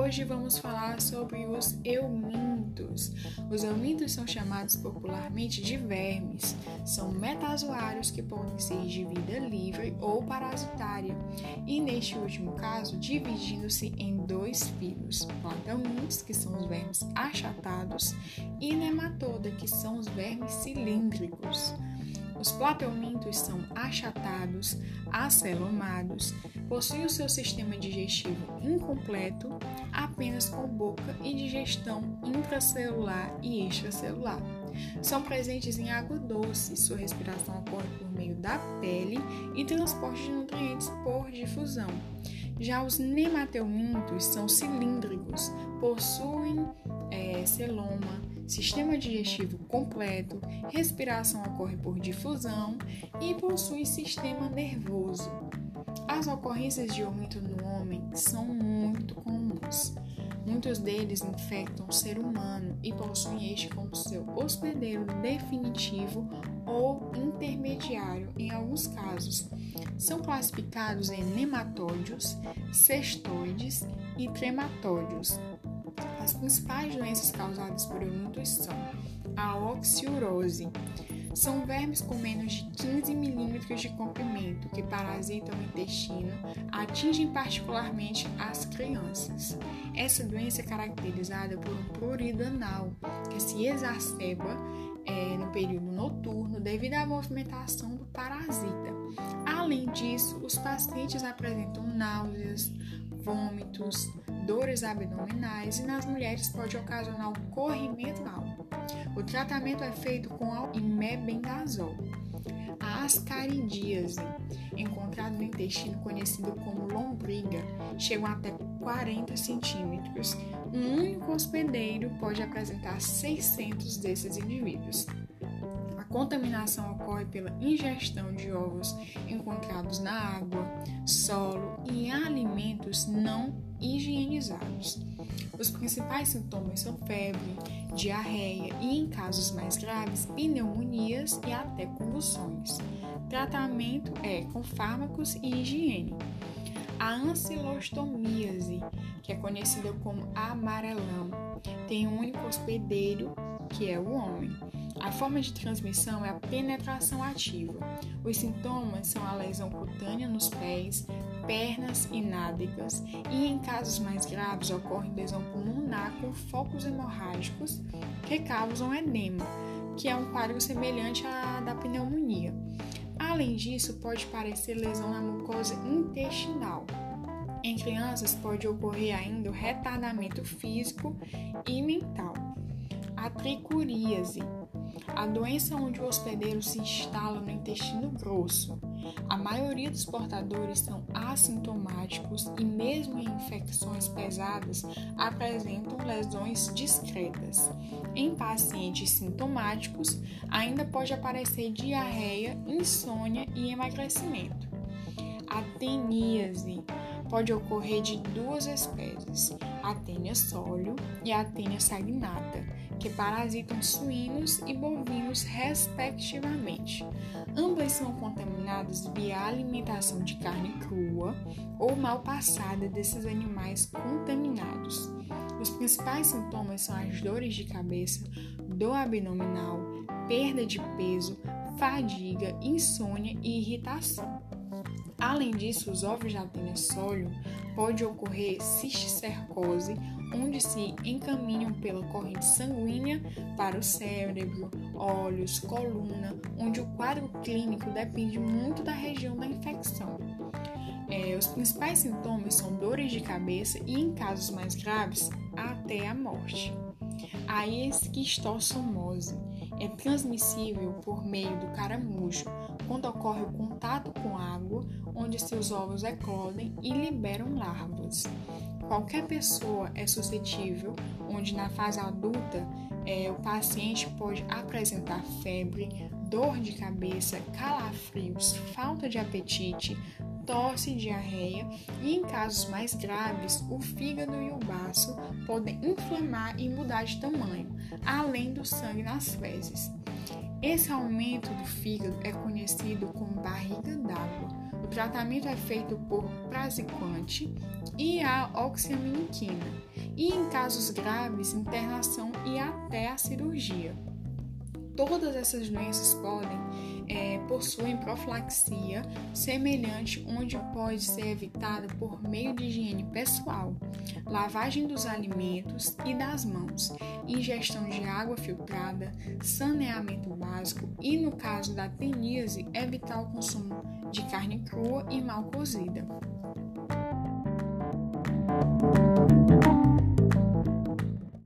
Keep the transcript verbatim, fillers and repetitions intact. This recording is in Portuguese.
hoje vamos falar sobre os eumintos. Os eumintos são chamados popularmente de vermes. São metazoários que podem ser de vida livre ou parasitária, e neste último caso, dividindo-se em dois filos: plateumintos, que são os vermes achatados, e nematoda, que são os vermes cilíndricos. Os plateumintos são achatados, acelomados, possuem o seu sistema digestivo incompleto, apenas com boca e digestão intracelular e extracelular. São presentes em água doce, sua respiração ocorre por meio da pele e transporte de nutrientes por difusão. Já os nemateumintos são cilíndricos, possuem é, celoma, sistema digestivo completo, respiração ocorre por difusão e possuem sistema nervoso. As ocorrências de euminto no homem são muito comuns. Muitos deles infectam o ser humano e possuem este como seu hospedeiro definitivo ou intermediário em alguns casos. São classificados em nematóides, cestoides e trematóides. As principais doenças causadas por eumintos são a oxiurose. São vermes com menos de quinze milímetros de comprimento que parasitam o intestino, atingem particularmente as crianças. Essa doença é caracterizada por um prurido anal, que se exacerba é, no período noturno devido à movimentação do parasita. Além disso, os pacientes apresentam náuseas, vômitos, dores abdominais e nas mulheres pode ocasionar o corrimento anal. O tratamento é feito com e mebendazol. A ascaridíase, encontrada no intestino conhecido como lombriga, chegam até quarenta centímetros. Um único hospedeiro pode apresentar seiscentos desses indivíduos. A contaminação ocorre pela ingestão de ovos encontrados na água, solo e em alimentos não higienizados. Os principais sintomas são febre, diarreia e, em casos mais graves, pneumonias e até convulsões. Tratamento é com fármacos e higiene. A ancilostomíase, que é conhecida como amarelão, tem um único hospedeiro, que é o homem. A forma de transmissão é a penetração ativa. Os sintomas são a lesão cutânea nos pés, pernas e nádegas, e em casos mais graves ocorre lesão pulmonar com focos hemorrágicos que causam edema, que é um quadro semelhante à da pneumonia. Além disso, pode parecer lesão na mucosa intestinal. Em crianças pode ocorrer ainda o retardamento físico e mental. A tricuríase, a doença onde o hospedeiro se instala no intestino grosso. A maioria dos portadores são assintomáticos e, mesmo em infecções pesadas, apresentam lesões discretas. Em pacientes sintomáticos, ainda pode aparecer diarreia, insônia e emagrecimento. A teníase pode ocorrer de duas espécies, a tênia sólio e a tênia saginata, que parasitam suínos e bovinos respectivamente. Ambas são contaminadas via alimentação de carne crua ou mal passada desses animais contaminados. Os principais sintomas são as dores de cabeça, dor abdominal, perda de peso, fadiga, insônia e irritação. Além disso, os ovos da tênia sólio pode ocorrer cisticercose, onde se encaminham pela corrente sanguínea para o cérebro, olhos, coluna, onde o quadro clínico depende muito da região da infecção. É, os principais sintomas são dores de cabeça e, em casos mais graves, até a morte. A esquistossomose é transmissível por meio do caramujo, quando ocorre o contato com água, onde seus ovos eclodem e liberam larvas. Qualquer pessoa é suscetível, onde na fase adulta é, o paciente pode apresentar febre, dor de cabeça, calafrios, falta de apetite, tosse e diarreia, e em casos mais graves, o fígado e o baço podem inflamar e mudar de tamanho, além do sangue nas fezes. Esse aumento do fígado é conhecido como barriga d'água. O tratamento é feito por praziquante e a oxaliquina, e em casos graves, internação e até a cirurgia. Todas essas doenças podem é, possuem profilaxia semelhante, onde pode ser evitada por meio de higiene pessoal, lavagem dos alimentos e das mãos, ingestão de água filtrada, saneamento básico e, no caso da teníase, evitar o consumo de carne crua e mal cozida.